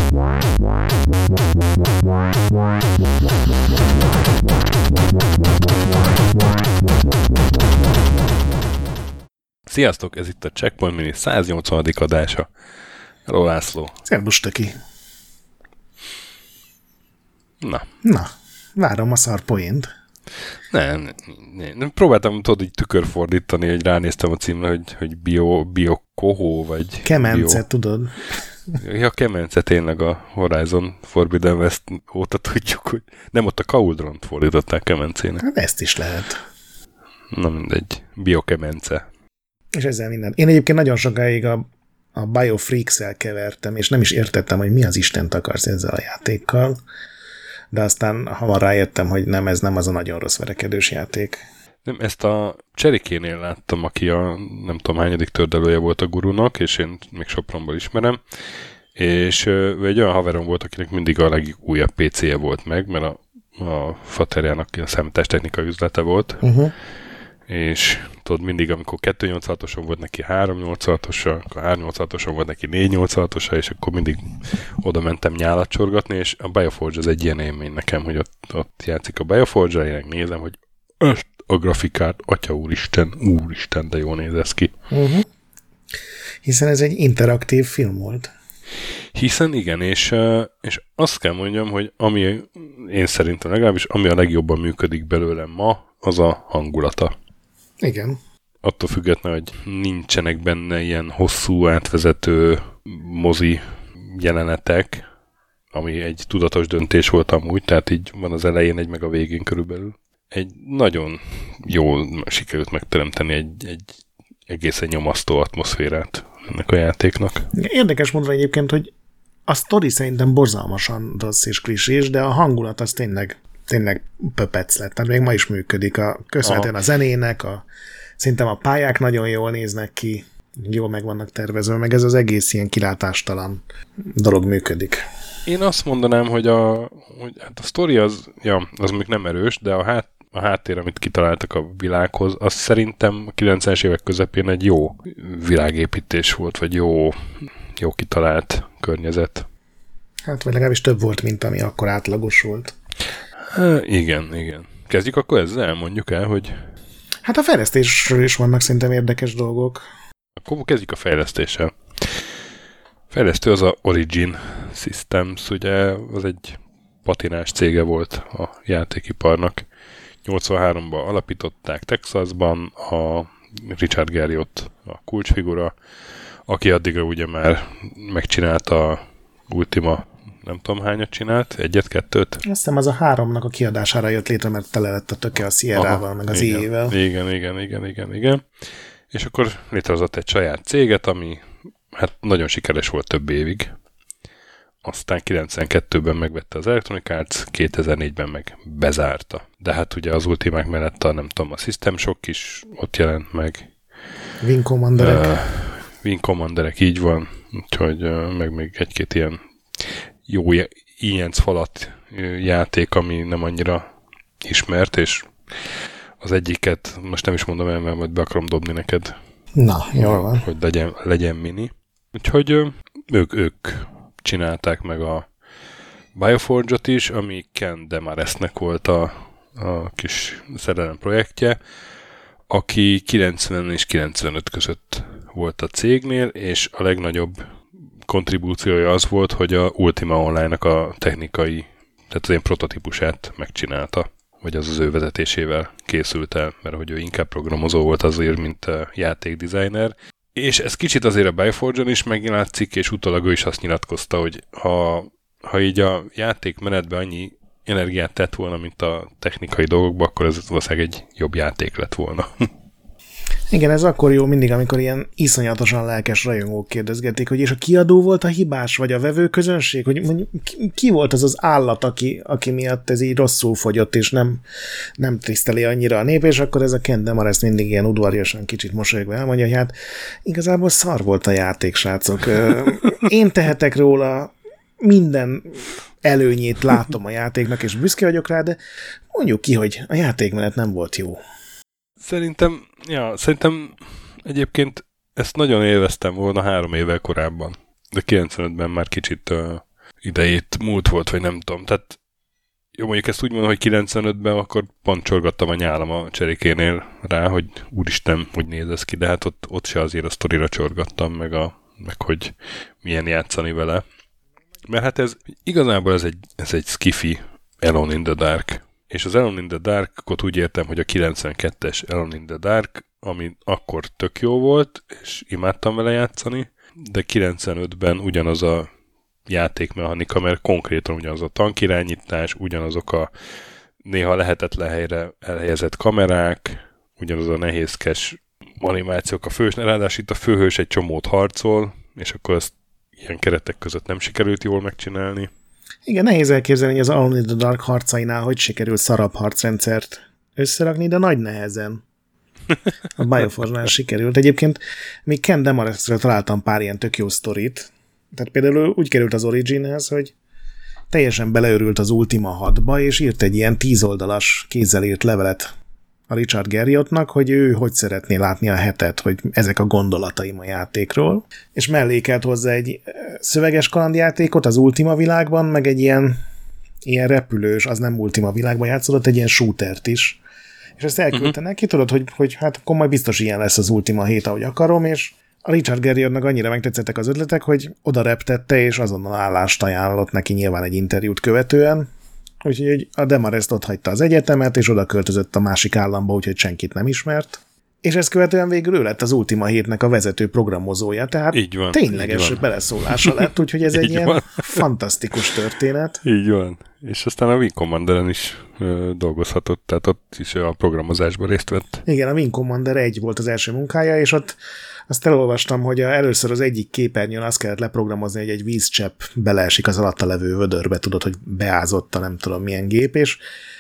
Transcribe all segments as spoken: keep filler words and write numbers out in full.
Sziasztok, ez itt a Checkpoint Mini száznyolcvanadik adása. Hello, László. Szervusz, Töki. Na. Na, várom a szar poént. Nem, nem, nem. Próbáltam tudod így tükörfordítani, hogy ránéztem a címre, hogy, hogy bio, bio kohó, vagy... Kemence, bio... tudod. Ja, Kemence tényleg a Horizon Forbidden West óta tudjuk, hogy nem ott a Cauldront fordították Kemencének. Hát ezt is lehet. Na mindegy, Bio Kemence. És ezzel minden. Én egyébként nagyon sokáig a, a BioFreaks-el kevertem, és nem is értettem, hogy mi az Istent akarsz ezzel a játékkal, de aztán hamar rájöttem, hogy nem, ez nem az a nagyon rossz verekedős játék. Nem, ezt a Cserikénél láttam, aki a nem tudom hányadik tördelője volt a gurunak, és én még Sopronból ismerem, és ő egy olyan haverom volt, akinek mindig a legújabb pé céje volt meg, mert a, a faterjának a számítástechnikai üzlete volt, uh-huh. És tudod, mindig, amikor kettőszáznyolcvanhatoson volt neki háromszáznyolcvanhatosa, akkor háromszáznyolcvanhatoson volt neki négyszáznyolcvanhatosa, és akkor mindig oda mentem nyálat csorgatni, és a Bioforge az egy ilyen élmény nekem, hogy ott, ott játszik a Bioforge-ra, én nézem, hogy ezt a grafikát, atya úristen, úristen, de jól néz ez ki. Uh-huh. Hiszen ez egy interaktív film volt. Hiszen igen, és, és azt kell mondjam, hogy ami én szerintem legalábbis, ami a legjobban működik belőlem ma, az a hangulata. Igen. Attól függetlenül, hogy nincsenek benne ilyen hosszú, átvezető mozi jelenetek, ami egy tudatos döntés volt amúgy, tehát így van az elején egy, meg a végén körülbelül. Egy nagyon jól sikerült megteremteni egy, egy egészen nyomasztó atmoszférát ennek a játéknak. Érdekes mondani egyébként, hogy a sztori szerintem borzalmasan rossz és klisés, de a hangulat az tényleg tényleg pöpec lett. Tehát még ma is működik. A, köszönhetően a zenének, a, szerintem a pályák nagyon jól néznek ki, jól meg vannak tervezve, meg ez az egész ilyen kilátástalan dolog működik. Én azt mondanám, hogy a, hogy hát a sztori az, ja, az még nem erős, de a, hát, a háttér, amit kitaláltak a világhoz, az szerintem a kilencvenes évek közepén egy jó világépítés volt, vagy jó, jó kitalált környezet. Hát, vagy legalábbis több volt, mint ami akkor átlagos volt. Há, igen, igen. Kezdjük akkor ezzel, mondjuk el, hogy... Hát a fejlesztésről is vannak szerintem érdekes dolgok. Akkor kezdjük a fejlesztéssel. A fejlesztő az a Origin Systems, ugye az egy patinás cége volt a játékiparnak. nyolcvanháromban alapították Texasban, a Richard Garriott a kulcsfigura, aki addigra ugye már megcsinálta a Ultima, nem tudom hányat csinált, egyet, kettőt. Azt hiszem az a háromnak a kiadására jött létre, mert tele lett a töke a Sierrával, meg az igen, éjével. Igen, igen, igen, igen, igen. És akkor létrehozott egy saját céget, ami hát nagyon sikeres volt több évig. Aztán kilencvenkettőben megvette az Electronic Arts, kétezer-négyben meg bezárta. De hát ugye az Ultimák mellett a, nem tudom, a System Shock is ott jelent meg. Wing Commanderek. Uh, Wing Commanderek, így van. Úgyhogy uh, meg még egy-két ilyen jó ilyenc falat játék, ami nem annyira ismert, és az egyiket most nem is mondom el, mert majd be akarom dobni neked. Na, jól van. Hogy legyen, legyen mini. Úgyhogy ők, ők csinálták meg a Bioforge-ot is, ami Ken Demaresnek volt a, a kis szerelem projektje, aki kilencven és kilencvenöt között volt a cégnél, és a legnagyobb kontribúciója az volt, hogy a Ultima Online-nak a technikai, tehát az én prototípusát megcsinálta, vagy az az ő vezetésével készült el, mert hogy ő inkább programozó volt azért, mint játékdesigner. És ez kicsit azért a Bioforge-on is meglátszik, és utólag ő is azt nyilatkozta, hogy ha, ha így a játékmenetben annyi energiát tett volna, mint a technikai dolgokba, akkor ez valószínűleg egy jobb játék lett volna. Igen, ez akkor jó mindig, amikor ilyen iszonyatosan lelkes rajongók kérdezgetik, hogy és a kiadó volt a hibás, vagy a vevőközönség, hogy mondjuk, ki, ki volt az az állat, aki, aki miatt ez így rosszul fogyott, és nem, nem tiszteli annyira a nép, és akkor ez a Ken Demarest mindig ilyen udvariasan kicsit mosolyogva elmondja, hogy hát igazából szar volt a játék, srácok. Én tehetek róla, minden előnyét látom a játéknak, és büszke vagyok rá, de mondjuk ki, hogy a játékmenet nem volt jó. Szerintem, ja, szerintem egyébként ezt nagyon élveztem volna három évvel korábban, de kilencvenötben már kicsit uh, idejét múlt volt, vagy nem tudom. Tehát jó, mondjuk ezt úgy mondom, hogy kilencvenötben akkor pont csorgattam a nyálam a Cserikénél rá, hogy úristen, hogy néz ez ki, de hát ott, ott se azért a sztorira csorgattam, meg, a, meg hogy milyen játszani vele. Mert hát ez igazából ez egy, ez egy skifi Alone in the Dark. És az Alone in the Dark-ot úgy értem, hogy a kilencvenkettes Alone in the Dark, ami akkor tök jó volt, és imádtam vele játszani, de kilencvenötben ugyanaz a játékmechanika, mert konkrétan ugyanaz a tankirányítás, ugyanazok a néha lehetetlen helyre elhelyezett kamerák, ugyanaz a nehézkes animációk a főhős, ráadásul itt a főhős egy csomót harcol, és akkor ezt ilyen keretek között nem sikerült jól megcsinálni. Igen, nehéz elképzelni, hogy az Alone in the Dark harcainál hogy sikerült szarabb harcrendszert összerakni, de nagy nehezen. A Bioforce-nál sikerült. Egyébként még Ken Demarestről találtam pár ilyen tök jó sztorit. Tehát például úgy került az Originhez, hogy teljesen beleörült az Ultima hatba, és írt egy ilyen tízoldalas kézzel írt levelet a Richard Garriottnak, hogy ő hogy szeretné látni a hetet, hogy ezek a gondolataim a játékról, és mellékelt hozzá egy szöveges kalandjátékot az Ultima világban, meg egy ilyen, ilyen repülős, az nem Ultima világban játszódott, egy ilyen shootert is. És ezt elküldte uh-huh. neki, tudod, hogy, hogy hát akkor majd biztos ilyen lesz az Ultima hét, ahogy akarom, és a Richard Garriottnak annyira megtetszettek az ötletek, hogy oda reptette, és azonnal állást ajánlott neki nyilván egy interjút követően, úgyhogy a Demarest ott hagyta az egyetemet, és oda költözött a másik államba, úgyhogy senkit nem ismert. És ezt követően végül ő lett az Ultima hétnek a vezető programozója, tehát így van, tényleges így van. Beleszólása lett, úgyhogy ez egy ilyen van. Fantasztikus történet. Így van. És aztán a Wing Commanderen is ö, dolgozhatott, tehát ott is a programozásban részt vett. Igen, a Wing Commander egy volt az első munkája, és ott azt elolvastam, hogy a, először az egyik képernyőn azt kellett leprogramozni, hogy egy vízcsepp beleesik az alatta levő vödörbe, tudod, hogy beázott a nem tudom milyen gép, és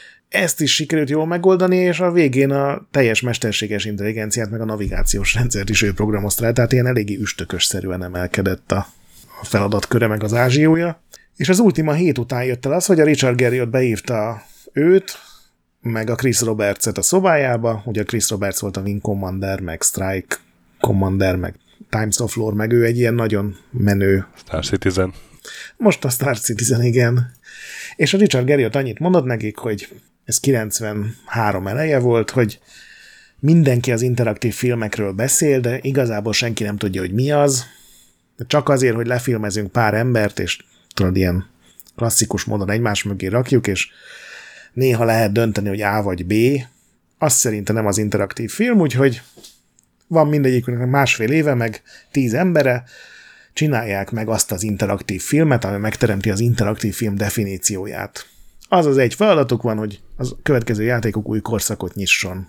ezt is sikerült jól megoldani, és a végén a teljes mesterséges intelligenciát, meg a navigációs rendszert is ő programozta rá, tehát ilyen eléggé üstökösszerűen emelkedett a, a feladatköre, meg az ázsiója. És az Ultima hét után jött el az, hogy a Richard Garriott beívta őt, meg a Chris Robertset a szobájába, ugye a Chris Roberts volt a Wing Commander, meg Strike Commander, meg Times of Lore, meg ő egy ilyen nagyon menő... Star Citizen. Most a Star Citizen, igen. És a Richard Garriott annyit mondott nekik, hogy ez kilencvenhárom eleje volt, hogy mindenki az interaktív filmekről beszél, de igazából senki nem tudja, hogy mi az. Csak azért, hogy lefilmezünk pár embert, és tudod, ilyen klasszikus módon egymás mögé rakjuk, és néha lehet dönteni, hogy A vagy B. Azt szerintem nem az interaktív film, úgyhogy van mindegyiknek másfél éve, meg tíz embere, csinálják meg azt az interaktív filmet, ami megteremti az interaktív film definícióját. Azaz egy feladatuk van, hogy az következő játékok új korszakot nyisson.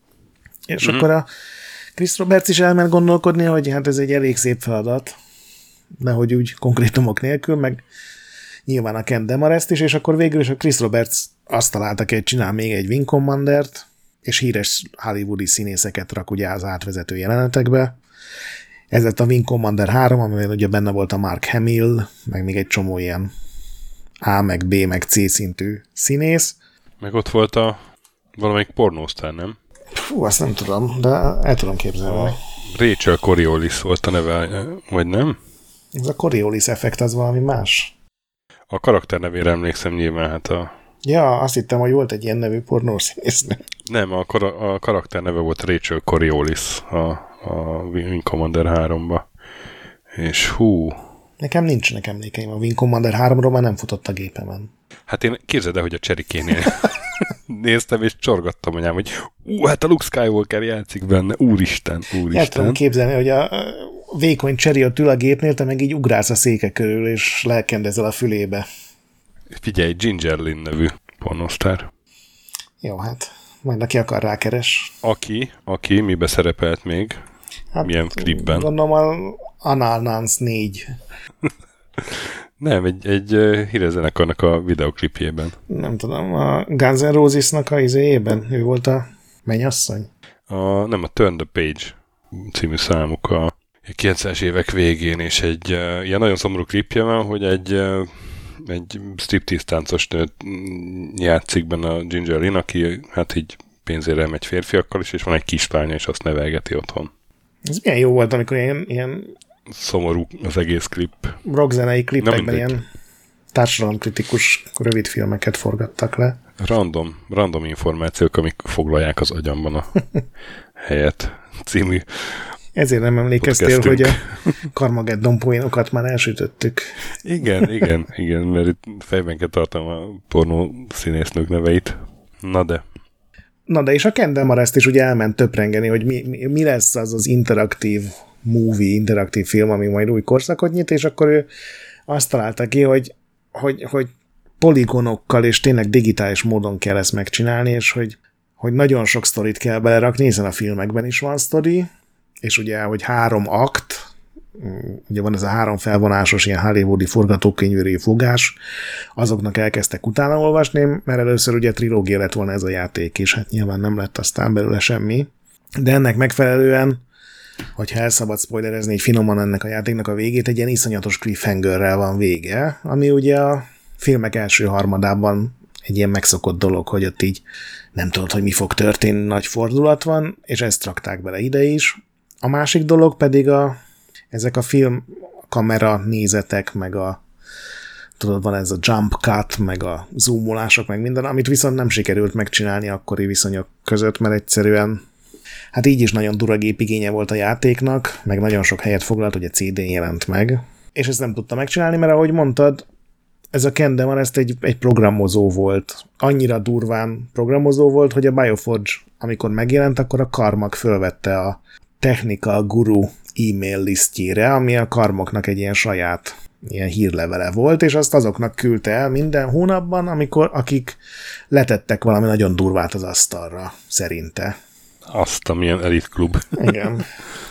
És mm-hmm. akkor a Chris Roberts is elment gondolkodni, hogy hát ez egy elég szép feladat, nehogy úgy konkrétumok nélkül, meg nyilván a Ken Demarest is, és akkor végül is a Chris Roberts azt találta ki, hogy csinál még egy Wing Commandert, és híres hollywoodi színészeket rak ugye az átvezető jelenetekbe. Ez lett a Wing Commander három, amiben ugye benne volt a Mark Hamill, meg még egy csomó ilyen A, meg B, meg C szintű színész. Meg ott volt a valamelyik pornósztár, nem? Fú, azt nem tudom, de el tudom képzelni. A Rachel Coriolis volt a neve, vagy nem? Ez a Coriolis effekt, az valami más. A karakter nevére emlékszem nyilván, hát a... Ja, azt hittem, hogy volt egy ilyen nevű pornószínész. Nem, a, kar- a karakter neve volt Rachel Coriolis a, a Wing Commander háromba. És hú... Nekem nincsenek emlékeim a Wing Commander háromról, már nem futott a gépemen. Hát én képzeld el, hogy a Cserikénél néztem, és csorgattam anyám, hogy ú, hát a Luke Skywalker játszik benne, úristen, úristen. El tudom képzelni, hogy a vékony Cseri ott ül a gépnél, te meg így ugrálsz a széke körül, és lelkendezel a fülébe. Figyelj, Ginger Lynn nevű pornosztár. Jó, hát majd aki akar, rákeres. Aki, aki mibe szerepelt még? Hát, milyen klipben? Gondolom a Anal Nance négy. Nem, egy, egy uh, hírezenekarnak a videoklipjében. Nem tudom, a Guns N' Roses-nak a izéjében? Ő volt a mennyasszony? A, nem, a Turn the Page című számuk a kilencvenes évek végén, és egy uh, ilyen nagyon szomorú klipje van, hogy egy, uh, egy striptease táncos nőt játszik benne a Ginger Lynn, aki hát így pénzére megy férfiakkal is, és van egy kislánya, és azt nevelgeti otthon. Ez milyen jó volt, amikor ilyen, ilyen szomorú az egész klip. Rockzenei klipekben ilyen társadalomkritikus rövidfilmeket forgattak le. Random, random információk, amik foglalják az agyamban a helyet című Ezért nem emlékeztél, hogy a Carmageddon poénokat már elsütöttük. Igen, igen, igen, mert itt fejben kell tartanom a pornó színésznők neveit. Na de. Na de, és a Ken Demarest is ugye elment töprengeni, hogy mi, mi, mi lesz az az interaktív movie, interaktív film, ami majd új korszakot nyit, és akkor ő azt találta ki, hogy, hogy, hogy poligonokkal és tényleg digitális módon kell ezt megcsinálni, és hogy, hogy nagyon sok sztorit kell belerakni, hiszen a filmekben is van sztori, és ugye, hogy három akt, ugye van ez a három felvonásos ilyen hollywoodi forgatókönyvírői fogás, azoknak elkezdtek utána olvasni, mert először ugye trilógia lett volna ez a játék, és hát nyilván nem lett aztán belőle semmi. De ennek megfelelően, hogyha el szabad spoilerezni egy finoman ennek a játéknak a végét, egy ilyen iszonyatos cliffhangerrel van vége, ami ugye a filmek első harmadában egy ilyen megszokott dolog, hogy ott így nem tudod, hogy mi fog történni, nagy fordulat van, és ezt rakták bele ide is. A másik dolog pedig a, ezek a film kamera nézetek, meg a tudod, van ez a jump cut, meg a zoomolások, meg minden, amit viszont nem sikerült megcsinálni akkori viszonyok között, mert egyszerűen hát így is nagyon dura gépigénye volt a játéknak, meg nagyon sok helyet foglalt, ugye cé dén jelent meg, és ezt nem tudta megcsinálni, mert ahogy mondtad, ez a Ken Demarest egy, egy programozó volt. Annyira durván programozó volt, hogy a Bioforge, amikor megjelent, akkor a Carmack fölvette a Technical Guru e-mail lisztjére, ami a Carmacknak egy ilyen saját ilyen hírlevele volt, és azt azoknak küldte el minden hónapban, amikor, akik letettek valami nagyon durvát az asztalra, szerinte. Azt, amilyen Elite Club. Igen.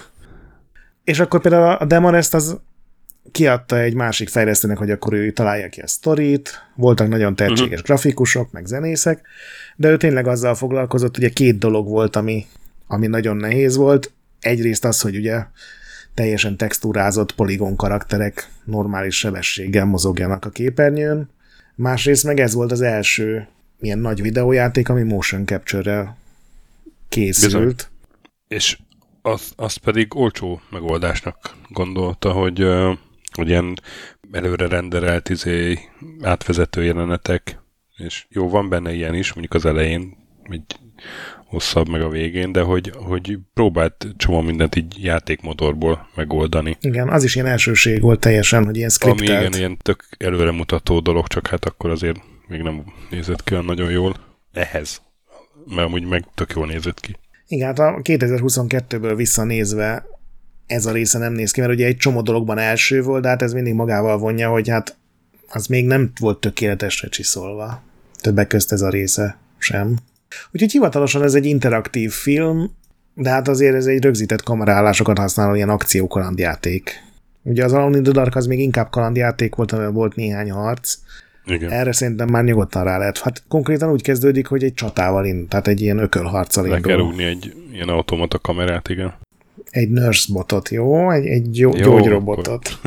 És akkor például a Demarest az kiadta egy másik fejlesztőnek, hogy akkor ő találja ki a sztorit, voltak nagyon tehetséges uh-huh. grafikusok, meg zenészek, de ő tényleg azzal foglalkozott, ugye két dolog volt, ami, ami nagyon nehéz volt. Egyrészt az, hogy ugye teljesen textúrázott poligon karakterek normális sebességgel mozogjanak a képernyőn. Másrészt meg ez volt az első ilyen nagy videójáték, ami motion capture-rel készült. Bizony. És az, az pedig olcsó megoldásnak gondolta, hogy, hogy ilyen előre renderelt izé, átvezető jelenetek, és jó, van benne ilyen is, mondjuk az elején, egy hosszabb meg a végén, de hogy, hogy próbált csomó mindent így játékmotorból megoldani. Igen, az is ilyen elsőség volt teljesen, hogy ilyen skriptelt. Ami igen, ilyen tök előremutató dolog, csak hát akkor azért még nem nézett ki olyan nagyon jól ehhez, mert amúgy meg tök jól nézett ki. Igen, hát a kétezer-huszonkettőből visszanézve ez a része nem néz ki, mert ugye egy csomó dologban első volt, de hát ez mindig magával vonja, hogy hát az még nem volt tökéletesre csiszolva. Többek közt ez a része sem. Úgyhogy hivatalosan ez egy interaktív film, de hát azért ez egy rögzített kamerállásokat használó ilyen akciókalandjáték. Ugye az Alone in the Dark az még inkább kalandjáték volt, amivel volt néhány harc. Igen. Erre szerintem már nyugodtan rá lehet. Hát konkrétan úgy kezdődik, hogy egy csatával indul, tehát egy ilyen ökölharccal indul. Le kell rúgni egy ilyen automata kamerát, igen. Egy nurse botot, jó? Egy, egy jó, jó, gyógyrobotot.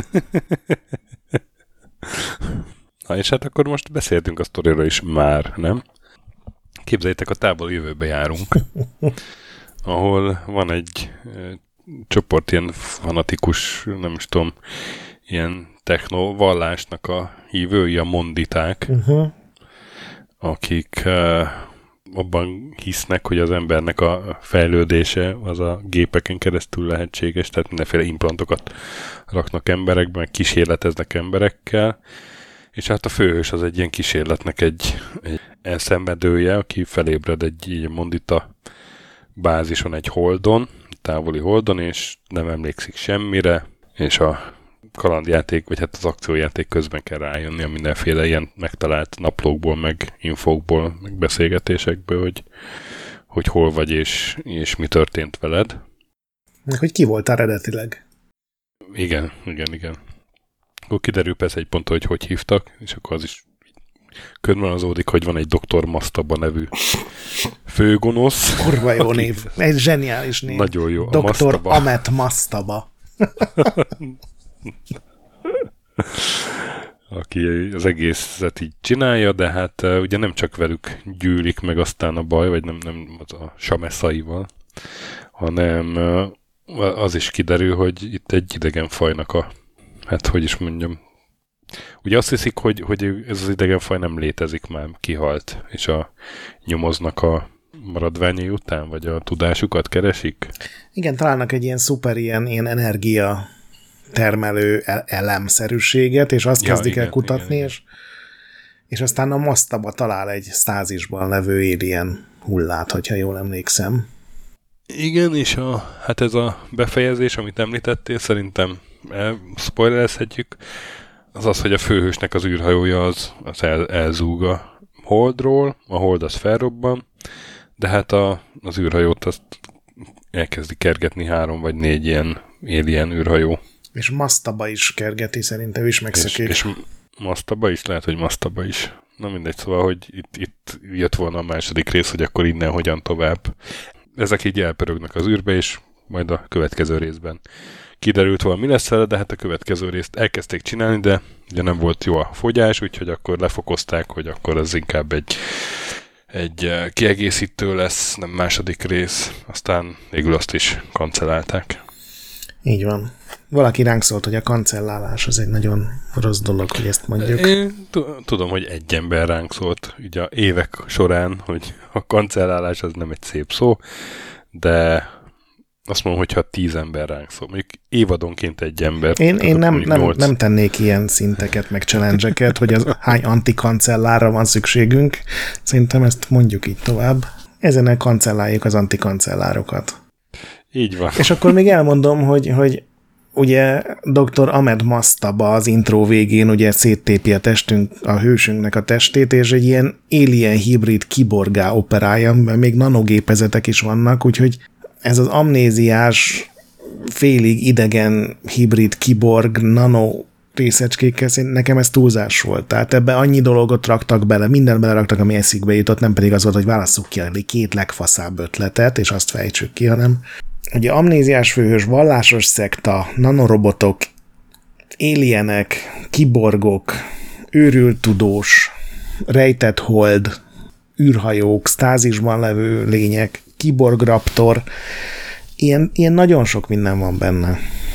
Na és hát akkor most beszéltünk a sztoriról is már, nem? Képzeljétek, a távol jövőbe járunk, ahol van egy e, csoport ilyen fanatikus, nem is tudom, ilyen techno vallásnak a hívői, a monditák, uh-huh. akik e, abban hisznek, hogy az embernek a fejlődése az a gépeken keresztül lehetséges, tehát mindenféle implantokat raknak emberekbe, meg kísérleteznek emberekkel, és hát a főhős az egy ilyen kísérletnek egy, egy elszenvedője, aki felébred egy ilyen mondita bázison egy holdon, távoli holdon, és nem emlékszik semmire, és a kalandjáték, vagy hát az akciójáték közben kell rájönni a mindenféle ilyen megtalált naplókból, meg infókból, meg beszélgetésekből, hogy, hogy hol vagy, és, és mi történt veled. Meg hogy ki voltál eredetileg. Igen, igen, igen. Akkor kiderül persze egy pont, hogy hogy hívtak, és akkor az is körvonalazódik, hogy van egy doktor Mastaba nevű főgonosz. Kurva jó név. Egy zseniális név. Nagyon jó. doktor Amet Mastaba. Aki az egészet így csinálja, de hát uh, ugye nem csak velük gyűlik meg aztán a baj, vagy nem, nem az a sameszaival, hanem uh, az is kiderül, hogy itt egy idegen fajnak a, hát hogy is mondjam, Ugye azt hiszik, hogy, hogy ez az idegenfaj nem létezik már, kihalt, és a nyomoznak a maradványai után, vagy a tudásukat keresik? Igen, találnak egy ilyen szuper ilyen, ilyen energia termelő elemszerűséget, és azt ja, kezdik igen, el kutatni, igen, és, és aztán a masztaba talál egy stázisban levő alien hullát, hogyha jól emlékszem. Igen, és a, hát ez a befejezés, amit említettél, szerintem spoilerezhetjük, az az, hogy a főhősnek az űrhajója az, az el, elzúg a Holdról, a Hold az felrobban, de hát a, az űrhajót azt elkezdi kergetni három vagy négy ilyen alien űrhajó. És masztaba is kergeti, szerintem ő is megszökik. És, és masztaba is? Lehet, hogy masztaba is. Na mindegy, szóval, hogy itt, itt jött volna a második rész, hogy akkor innen hogyan tovább. Ezek így elpörögnek az űrbe, és majd a következő részben kiderült volna, mi lesz vele, de hát a következő részt elkezdték csinálni, de ugye nem volt jó a fogyás, úgyhogy akkor lefokozták, hogy akkor ez inkább egy, egy kiegészítő lesz, nem második rész. Aztán végül azt is kancellálták. Így van. Valaki ránk szólt, hogy a kancellálás az egy nagyon rossz dolog, hogy ezt mondjuk. Én tudom, hogy egy ember ránk szólt ugye évek során, hogy a kancellálás az nem egy szép szó, de azt mondom, hogyha tíz ember ránk szól. Mondjuk évadonként egy ember. Én, én nem, nem, nem tennék ilyen szinteket, meg challenge-eket, hogy az hány antikancellára van szükségünk. Szerintem ezt mondjuk így tovább. Ezen kancelláljuk az antikancellárokat. Így van. És akkor még elmondom, hogy, hogy ugye doktor Ahmed Mastaba az intro végén ugye széttépi a testünk, a hősünknek a testét, és egy ilyen alien hibrid kiborgá operálja, mert még nanogépezetek is vannak, úgyhogy ez az amnéziás, félig idegen hibrid kiborg nano részecskékkel, nekem ez túlzás volt. Tehát ebbe annyi dolgot raktak bele, mindent beleraktak, ami eszükbe jutott, nem pedig az volt, hogy válasszuk ki a két legfaszább ötletet, és azt fejtsük ki, hanem ugye amnéziás főhős, vallásos szekta, nanorobotok, alienek, kiborgok, őrült tudós, rejtett hold, űrhajók, stázisban levő lények, kiborgraptor, ilyen, ilyen nagyon sok minden van benne.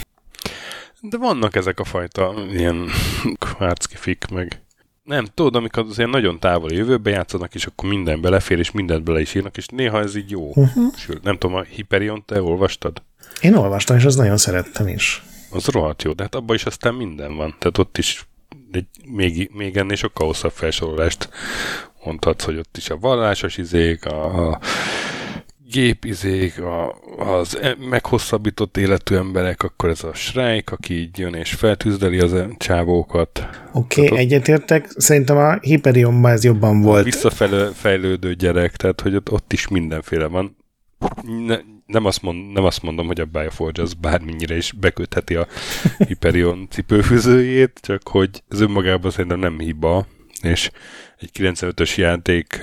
De vannak ezek a fajta ilyen kvárckifik, meg nem, tudod, amikor az ilyen nagyon távoli jövőbe játszanak, és akkor minden belefér, és mindent bele is írnak, és néha ez így jó. Uh-huh. Sőt, nem tudom, a Hyperion te olvastad? Én olvastam, és az nagyon szerettem is. Az rohadt jó, de hát abban is aztán minden van. Tehát ott is egy, még, még ennél sokkal hosszabb felsorolást mondhatsz, hogy ott is a vallásos izék, a, a gépizék, a, az meghosszabbított életű emberek, akkor ez a Shrike, aki így jön és feltűzdeli az csávókat. Oké, okay, egyetértek. Szerintem a Hyperionban ez jobban volt. Visszafejlődő gyerek, tehát hogy ott, ott is mindenféle van. Ne, nem, azt mond, nem azt mondom, hogy a Bioforge az bármennyire is bekötheti a Hyperion cipőfűzőjét, csak hogy ez önmagában szerintem nem hiba, és egy kilencvenötös játék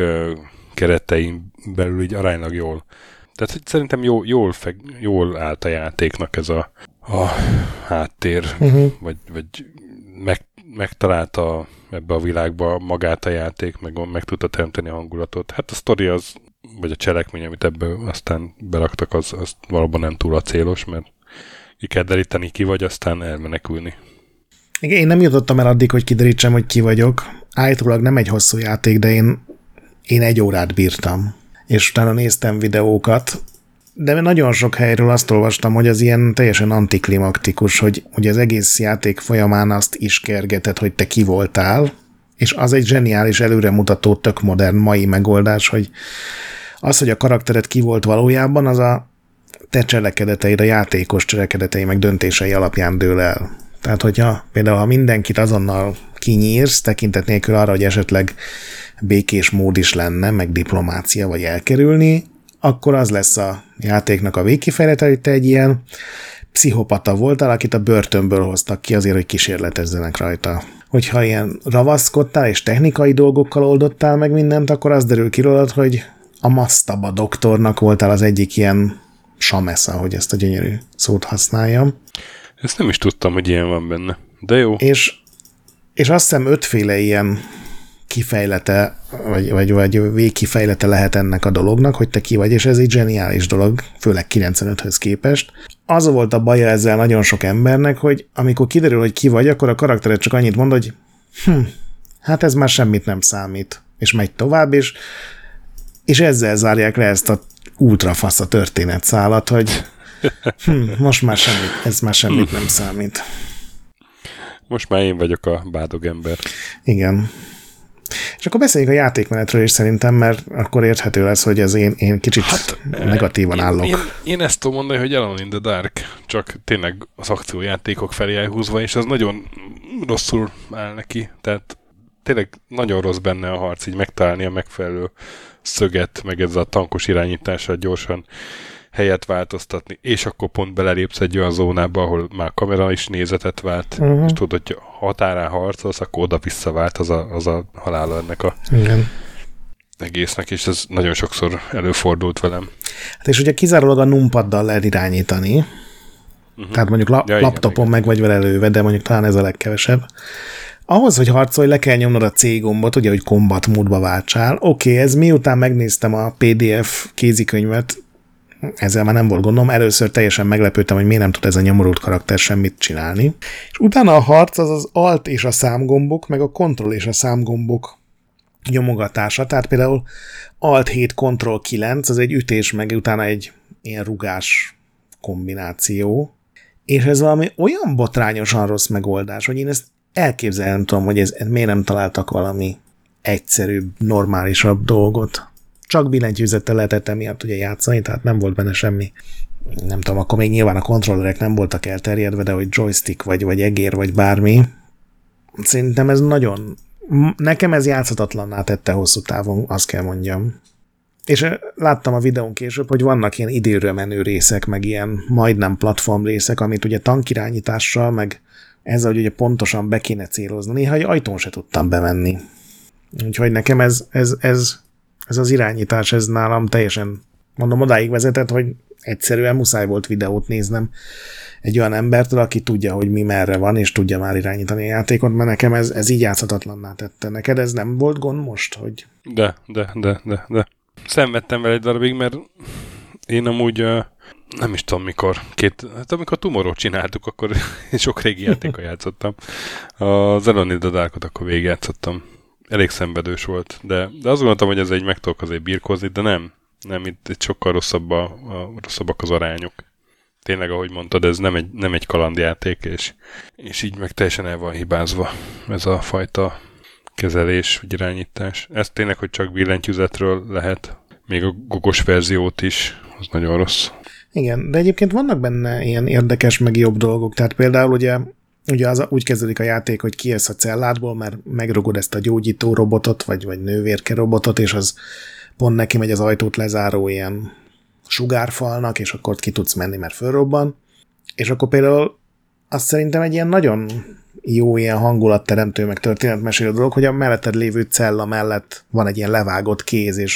keretein belül így aránylag jól. Tehát hogy szerintem jól, jól, feg, jól állt a játéknak ez a, a háttér, uh-huh. vagy, vagy meg, megtalálta ebbe a világba magát a játék, meg, meg tudta teremteni a hangulatot. Hát a sztori az, vagy a cselekmény, amit ebből aztán beraktak, az, az valóban nem túl acélos, mert ki kell deríteni, ki vagy, aztán elmenekülni. Igen, én nem jutottam el addig, hogy kiderítsem, hogy ki vagyok. Állítólag nem egy hosszú játék, de én Én egy órát bírtam, és utána néztem videókat, de nagyon sok helyről azt olvastam, hogy az ilyen teljesen antiklimaktikus, hogy, hogy az egész játék folyamán azt is kergetett, hogy te ki voltál, és az egy zseniális, előremutató, tök modern mai megoldás, hogy az, hogy a karaktered ki volt valójában, az a te cselekedeteid, a játékos cselekedetei meg döntései alapján dől el. Tehát, hogyha például ha mindenkit azonnal kinyírsz, tekintet nélkül arra, hogy esetleg békés mód is lenne, meg diplomácia, vagy elkerülni, akkor az lesz a játéknak a végkifejlete, hogy te egy ilyen pszichopata voltál, akit a börtönből hoztak ki azért, hogy kísérletezzenek rajta. Hogyha ilyen ravaszkodtál, és technikai dolgokkal oldottál meg mindent, akkor az derül ki rólad, hogy a Mastaba doktornak voltál az egyik ilyen samesza, hogy ezt a gyönyörű szót használjam. Ezt nem is tudtam, hogy ilyen van benne, de jó. És, és azt hiszem ötféle ilyen kifejlete, vagy, vagy, vagy végkifejlete lehet ennek a dolognak, hogy te ki vagy, és ez egy zseniális dolog, főleg kilencvenöthöz képest. Az volt a baja ezzel nagyon sok embernek, hogy amikor kiderül, hogy ki vagy, akkor a karaktered csak annyit mond, hogy hm, hát ez már semmit nem számít. És megy tovább, és, és ezzel zárják le ezt a ultrafasz a történetszálat, hogy hm, most már semmit, ez már semmit nem számít. Most már én vagyok a bádog ember. Igen. És akkor beszéljünk a játékmenetről is szerintem, mert akkor érthető lesz, hogy ez én, én kicsit hát, negatívan én, állok. Én, én ezt tudom mondani, hogy Alone in the Dark, csak tényleg az akciójátékok felé elhúzva, és az nagyon rosszul áll neki. Tehát tényleg nagyon rossz benne a harc, így megtalálni a megfelelő szöget, meg ez a tankos irányítással gyorsan helyet változtatni, és akkor pont belelépsz egy olyan zónába, ahol már kamera is nézetet vált, uh-huh. és tudod, hogy határán harcolsz, akkor oda-vissza vált az a, az a halála ennek a igen. egésznek, és ez nagyon sokszor előfordult velem. Hát és ugye kizárólag a numpaddal lehet irányítani, uh-huh. tehát mondjuk la- ja, laptopon igen, meg vagy vele lőve, de mondjuk talán ez a legkevesebb. Ahhoz, hogy harcolj, le kell nyomnod a C gombot, ugye, hogy combat módba váltsál. Oké, okay, ez miután megnéztem a pé dé ef kézikönyvet, ezzel már nem volt gondom, először teljesen meglepődtem, hogy miért nem tud ez a nyomorult karakter semmit csinálni. És utána a harc az az alt és a számgombok, meg a kontroll és a számgombok nyomogatása. Tehát például alt hét, kontroll kilenc, az egy ütés, meg utána egy ilyen rugás kombináció. És ez valami olyan botrányosan rossz megoldás, hogy én ezt elképzelni nem tudom, hogy ez, miért nem találtak valami egyszerűbb, normálisabb dolgot. Csak billentyűzettel lehetett emiatt ugye játszani, tehát nem volt benne semmi. Nem tudom, akkor még nyilván a kontrollerek nem voltak elterjedve, de hogy joystick, vagy, vagy egér, vagy bármi. Szerintem ez nagyon... Nekem ez játszhatatlanná tette hosszú távon, azt kell mondjam. És láttam a videón később, hogy vannak ilyen időre menő részek, meg ilyen majdnem platform részek, amit ugye tankirányítással, meg ezzel, hogy ugye pontosan be kéne célozni. Néha egy ajtón se tudtam bemenni. Úgyhogy nekem ez, ez, ez, ez az irányítás, ez nálam teljesen, mondom, odáig vezetett, hogy egyszerűen muszáj volt videót néznem egy olyan embertől, aki tudja, hogy mi merre van, és tudja már irányítani a játékot, mert nekem ez, ez így játszhatatlanná tette. Neked ez nem volt gond most, hogy... De, de, de, de, de. Szenvedtem vele egy darabig, mert én amúgy uh, nem is tudom mikor, két, hát amikor Tomorrow csináltuk, akkor sok régi játékkal játszottam. Az Alone in the Darkot akkor végigjátszottam. Elég szenvedős volt, de, de azt gondoltam, hogy ez egy meg tudok azért birkózni, de nem. Nem, itt, itt sokkal rosszabb a, a, rosszabbak az arányok. Tényleg, ahogy mondtad, ez nem egy, nem egy kalandjáték, és, és így meg teljesen el van hibázva ez a fajta kezelés, vagy irányítás. Ez tényleg, hogy csak billentyűzetről lehet, még a gogos verziót is, az nagyon rossz. Igen, de egyébként vannak benne ilyen érdekes, meg jobb dolgok. Tehát például ugye, ugye az, úgy kezdődik a játék, hogy kijössz a celládból, mert megrugod ezt a gyógyító robotot, vagy, vagy nővérke robotot, és az pont neki megy az ajtót lezáró ilyen sugárfalnak, és akkor ki tudsz menni, mert fölrobban. És akkor például azt szerintem egy ilyen nagyon jó ilyen hangulatteremtő, meg történetmesélő dolog, hogy a melletted lévő cella mellett van egy ilyen levágott kéz, és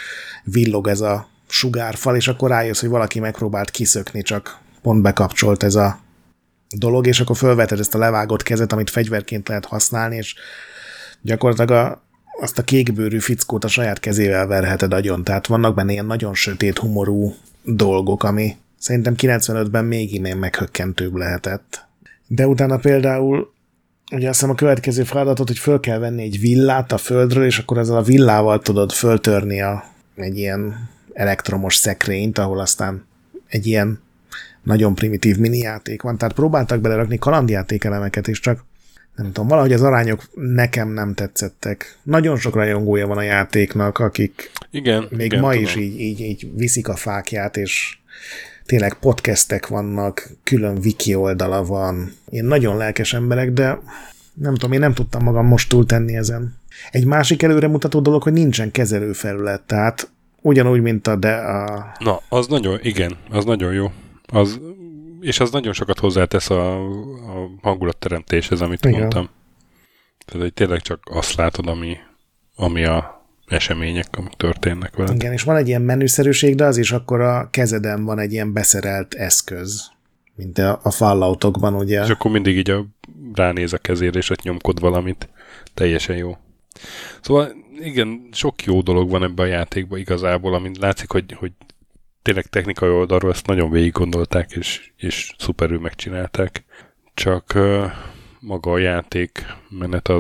villog ez a sugárfal, és akkor rájössz, hogy valaki megpróbált kiszökni, csak pont bekapcsolt ez a dolog, és akkor fölveted ezt a levágott kezet, amit fegyverként lehet használni, és gyakorlatilag a, azt a kékbőrű fickót a saját kezével verheted agyon. Tehát vannak benne ilyen nagyon sötét humorú dolgok, ami szerintem kilencvenötben még innen meghökkentőbb lehetett. De utána például ugye azt hiszem a következő feladatot, hogy föl kell venni egy villát a földről, és akkor ezzel a villával tudod föltörni a, egy ilyen elektromos szekrényt, ahol aztán egy ilyen nagyon primitív mini játék van. Tehát próbáltak belerakni kalandjáték elemeket is, csak nem tudom, valahogy az arányok nekem nem tetszettek. Nagyon sok rajongója van a játéknak, akik igen, még igen, ma tudom. is így, így, így viszik a fákját, és tényleg podcastek vannak, külön wiki oldala van. Én nagyon lelkes emberek, de nem tudom, én nem tudtam magam most túltenni ezen. Egy másik előremutató dolog, hogy nincsen kezelőfelület, tehát ugyanúgy, mint a... De a... Na, az nagyon, igen, az nagyon jó. Az, és az nagyon sokat hozzátesz a, a hangulatteremtéshez, amit igen. mondtam. Tehát, hogy tényleg csak azt látod, ami, ami a események, amik történnek veled. Igen, és van egy ilyen menüszerűség, de az is akkor a kezeden van egy ilyen beszerelt eszköz, mint a, a Falloutokban, ugye. És akkor mindig így a, ránéz a kezére, és ott nyomkod valamit. Teljesen jó. Szóval igen, sok jó dolog van ebben a játékban igazából, amit látszik, hogy, hogy tényleg technikai oldalról ezt nagyon végig gondolták, és, és szuperül megcsinálták. Csak uh, maga a játék menet az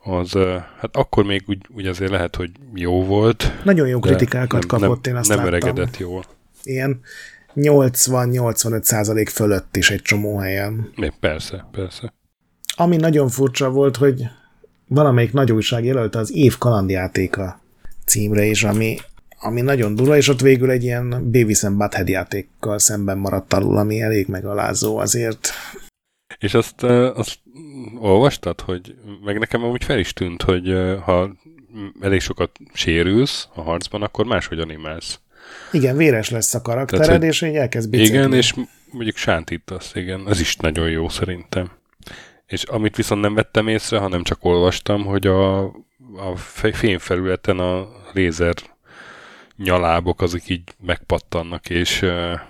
az hát akkor még úgy, úgy azért lehet, hogy jó volt. Nagyon jó kritikákat nem, kapott, nem, én azt nem láttam. öregedett jól. Ilyen nyolcvan-nyolcvanöt százalék fölött is egy csomó helyen. Még persze, persze. Ami nagyon furcsa volt, hogy valamelyik nagy újság jelölte az év kalandjátéka címre is, ami, ami nagyon durva, és ott végül egy ilyen Beavis and Butthead játékkal szemben maradt alul, ami elég megalázó azért. És azt, azt olvastad, hogy meg nekem amúgy fel is tűnt, hogy ha elég sokat sérülsz a harcban, akkor máshogy animálsz. Igen, véres lesz a karaktered, tehát, és így elkezd bicegni. Igen, és mondjuk sántítasz, igen. Ez is nagyon jó szerintem. És amit viszont nem vettem észre, hanem csak olvastam, hogy a, a fényfelületen a lézer nyalábok azok így megpattannak, és,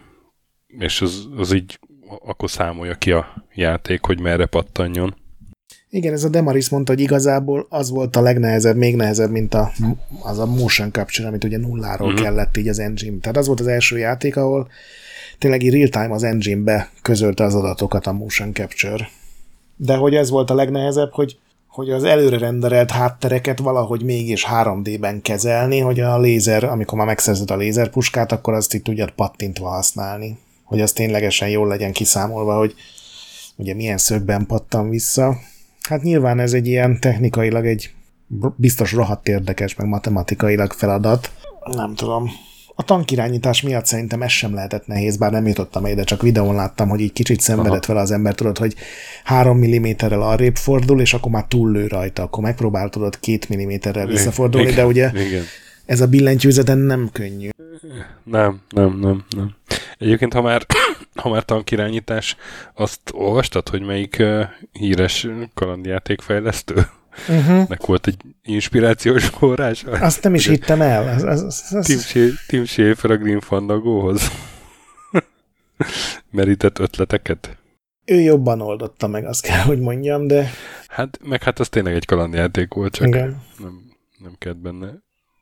és az, az így akkor számolja ki a játék, hogy merre pattanjon. Igen, ez a Demaris mondta, hogy igazából az volt a legnehezebb, még nehezebb, mint a, az a motion capture, amit ugye nulláról mm-hmm. kellett így az engine. Tehát az volt az első játék, ahol tényleg így real-time az engine-be közölte az adatokat a motion capture. De hogy ez volt a legnehezebb, hogy, hogy az előre renderelt háttereket valahogy mégis három dé-ben kezelni, hogy a lézer, amikor már megszerzed a lézerpuskát, akkor azt itt tudjad pattintva használni. Hogy az ténylegesen jól legyen kiszámolva, hogy ugye milyen szögben pattan vissza. Hát nyilván ez egy ilyen technikailag egy biztos rohadt érdekes, meg matematikailag feladat. Nem tudom. A tankirányítás miatt szerintem ez sem lehetett nehéz, bár nem jutottam ide, csak videón láttam, hogy így kicsit szenvedett vele az ember, tudod, hogy három milliméterrel arrébb fordul, és akkor már túllő rajta, akkor megpróbál tudod két milliméterrel visszafordulni, igen, de ugye igen. Ez a billentyűzeten nem könnyű. Nem, nem, nem, nem. Egyébként, ha már, ha már tankirányítás, azt olvastad, hogy melyik uh, híres kalandjátékfejlesztő? Uh-huh. Nek volt egy inspirációs forrás? Azt nem is ugye, hittem el. Az, az, az... Tim, Sch- Tim Schafer a Grim Fandangóhoz merített ötleteket. Ő jobban oldotta meg, azt kell, hogy mondjam, de... Hát, meg hát az tényleg egy kalandjáték volt, csak igen. nem, nem kellett benne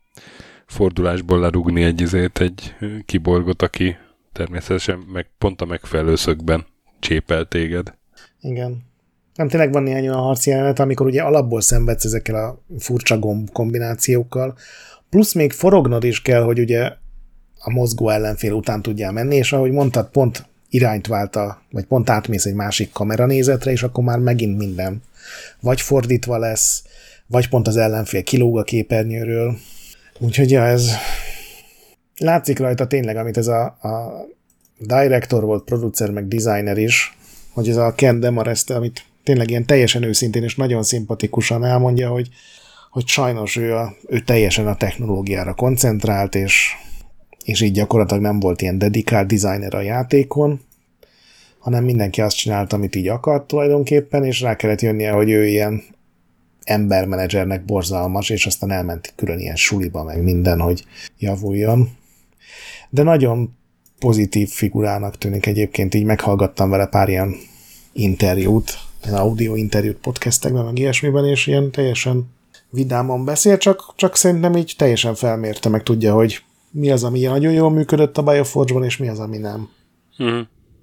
fordulásból lerúgni egy izét, egy kiborgot, aki természetesen meg, pont a megfelelő szögben csépel téged. Igen. Nem, tényleg van néhány olyan harci jelenet, amikor ugye alapból szenvedsz ezekkel a furcsa gomb kombinációkkal, plusz még forognod is kell, hogy ugye a mozgó ellenfél után tudjál menni, és ahogy mondtad, pont irányt vált a, vagy pont átmész egy másik kameranézetre, és akkor már megint minden. Vagy fordítva lesz, vagy pont az ellenfél kilóg a képernyőről. Úgyhogy ja, ez látszik rajta tényleg, amit ez a, a director volt, producer, meg designer is, hogy ez a Ken Demarest, amit tényleg ilyen teljesen őszintén és nagyon szimpatikusan elmondja, hogy, hogy sajnos ő, a, ő teljesen a technológiára koncentrált, és, és így gyakorlatilag nem volt ilyen dedikált designer a játékon, hanem mindenki azt csinált, amit így akart tulajdonképpen, és rá kellett jönnie, hogy ő ilyen embermenedzsernek borzalmas, és aztán elment külön ilyen suliba, meg minden, hogy javuljon. De nagyon pozitív figurának tűnik egyébként, így meghallgattam vele pár ilyen interjút, ilyen audio interjút podcastekben, meg ilyesmiben, és ilyen teljesen vidáman beszél, csak, csak szerintem így teljesen felmérte, meg tudja, hogy mi az, ami nagyon jól működött a Bioforge-ban, és mi az, ami nem. Hmm.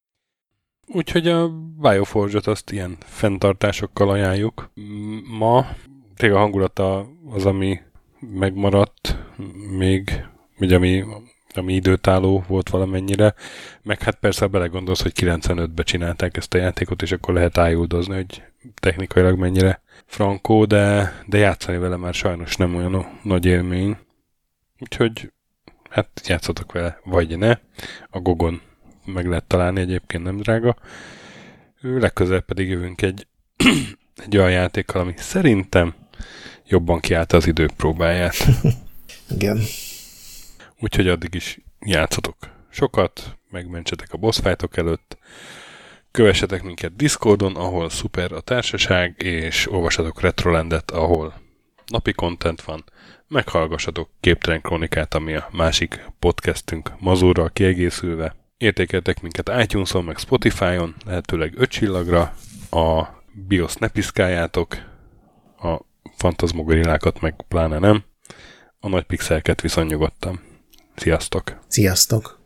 Úgyhogy a Bioforge-ot azt ilyen fenntartásokkal ajánljuk. Ma tényleg a hangulata az, ami megmaradt még, ugye ami, ami időtálló volt valamennyire, meg hát persze, ha belegondolsz, hogy kilencvenötben csinálták ezt a játékot, és akkor lehet ájuldozni, hogy technikailag mennyire frankó, de, de játszani vele már sajnos nem olyan nagy élmény. Úgyhogy hát játszatok vele, vagy ne. A Gogon meg lehet találni, egyébként nem drága. Legközelebb pedig jövünk egy, egy olyan játékkal, ami szerintem jobban kiállta az idők próbáját. Igen. Úgyhogy addig is játszatok sokat, megmentsetek a boss fightok előtt, kövessetek minket Discordon, ahol szuper a társaság, és olvassatok Retrolandet, ahol napi content van, meghallgassatok Képtelen Krónikát, ami a másik podcastünk Mazurral kiegészülve. Értékeltek minket iTunes-on, meg Spotify-on, lehetőleg öt csillagra, a BIOS ne piszkáljátok, a fantazmogorilákat meg pláne nem, a nagy pixelket viszont nyugodtan. Sziasztok! Sziasztok!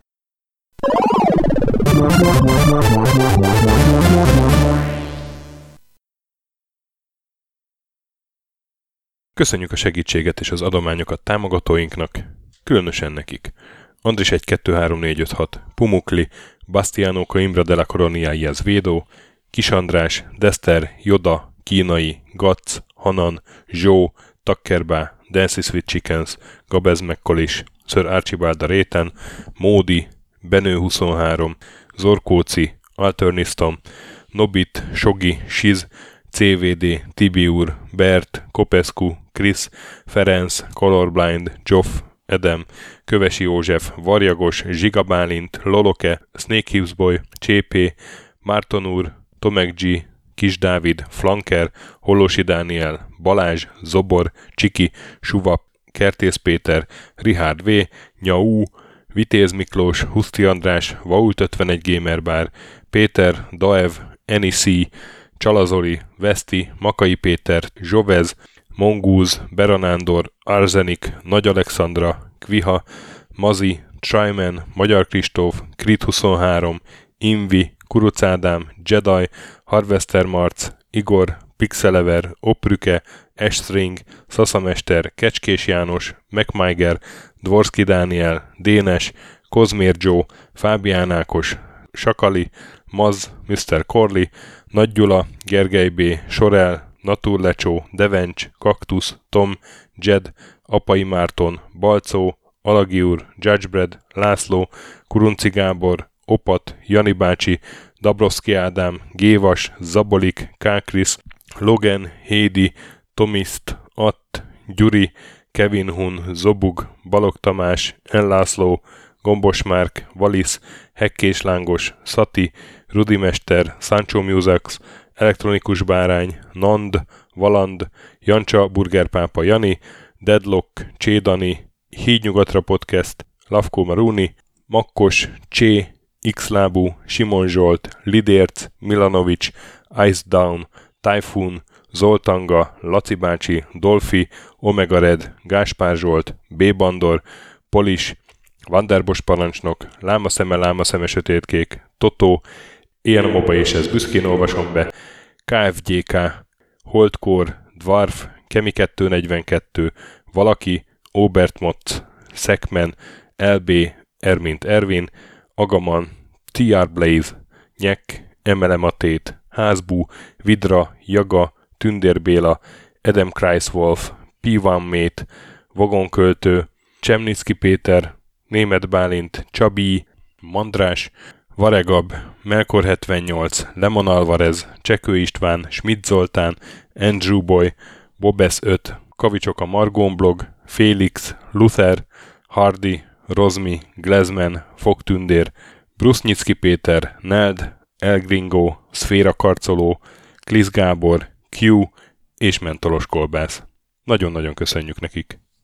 Köszönjük a segítséget és az adományokat támogatóinknak, különösen nekik. Andris egy kettő három négy öt hat, Pumukli, Bastiano Coimbra de la Coroniaiaz Védó, Kis András, Dester, Joda, Kínai, Gac, Hanan, Zsó, Takkerbá, Dancy Sweet Chickens, Gabez Mekkolis, Sir Archibald a Réten, Módi, Benő huszonhárom, Zorkóci, Alternisztom, Nobit, Sogi, Siz, cé vé dé, Tibiur, Bert, Kopescu, Krisz, Ferenc, Colorblind, Joff, Edem, Kövesi József, Varjagos, Zsigabálint, Loloke, Snake Hughes Boy, Csépé, Márton úr, Tomek G, Kis Dávid, Flanker, Holosi Dániel, Balázs, Zobor, Csiki, Suvap, Kertész Péter, Richard V, Nyau, Vitéz Miklós, Huszti András, Vault ötvenegy Gamerbar, Péter, Daev, Enisi, Csalazoli, Veszti, Makai Péter, Zsovez, Mongúz, Beranándor, Arzenik, Nagy Alexandra, Kviha, Mazi, Tryman, Magyar Kristóf, Krit huszonhárom, Invi, Kuruc Ádám, Jedi, Harvester Marc, Igor, Pixelever, Oprüke, Estring, Szaszamester, Kecskés János, MacMiger, Dvorski Dániel, Dénes, Kozmér Joe, Fábián Ákos, Sakali, Maz, miszter Corley, Nagy Gyula, Gergely B, Sorel, Naturlecsó, Devencs, Kaktusz, Tom, Jed, Apai Márton, Balcó, Alagi úr, Judgebred, László, Kurunci Gábor, Opat, Jani bácsi, Dabrowski Ádám, Gévas, Zabolik, Kákris, Logan, Hédi, Tomiszt, Att, Gyuri, Kevin Hun, Zobug, Balog Tamás, Enlászló, Gombos Márk, Valisz, Hekkés Lángos, Szati, Rudimester, Sancho Musax, Elektronikus Bárány, Nand, Valand, Jancsa, Burgerpápa Jani, Deadlock, Csédani, Hídnyugatra Podcast, Lavko Maruni, Makkos, Csé, Xlábú, Simon Zsolt, Lidérc, Milanovic, Ice Down, Typhoon, Zoltanga, Laci bácsi, Dolfi, Omega Red, Gáspár Zsolt, B. Bandor, Polis, Vanderbos parancsnok, Lámaszeme, Lámaszeme sötétkék, Totó, Ilyen moba és ez büszkén olvasom be, ká ef gé ká, Holdkor, Dwarf, Kemi kettőnegyvenkettő, Valaki, Obertmotz, Szekmen, el bé, Ermint Ervin, Agaman, té er Blaze, Nyek, Emele Matét, Házbú, Vidra, Jaga, Tündér Béla, Adam Kreiswolf, pé egy Mate, Vagonköltő, Csemnicki Péter, Németh Bálint, Csabi, Mandrás, Varegab, Melkor hetvennyolc, Lemon Alvarez, Csekő István, Schmidt Zoltán, Andrew Boy, Bobesz öt, Kavicsok a Margón blog, Félix, Luther, Hardy, Rozmi, Glezman, Fogtündér, Brusznyicki Péter, Neld, El Gringo, Szféra Karcoló, Klisz Gábor, Q és Mentolos Kolbász. Nagyon-nagyon köszönjük nekik!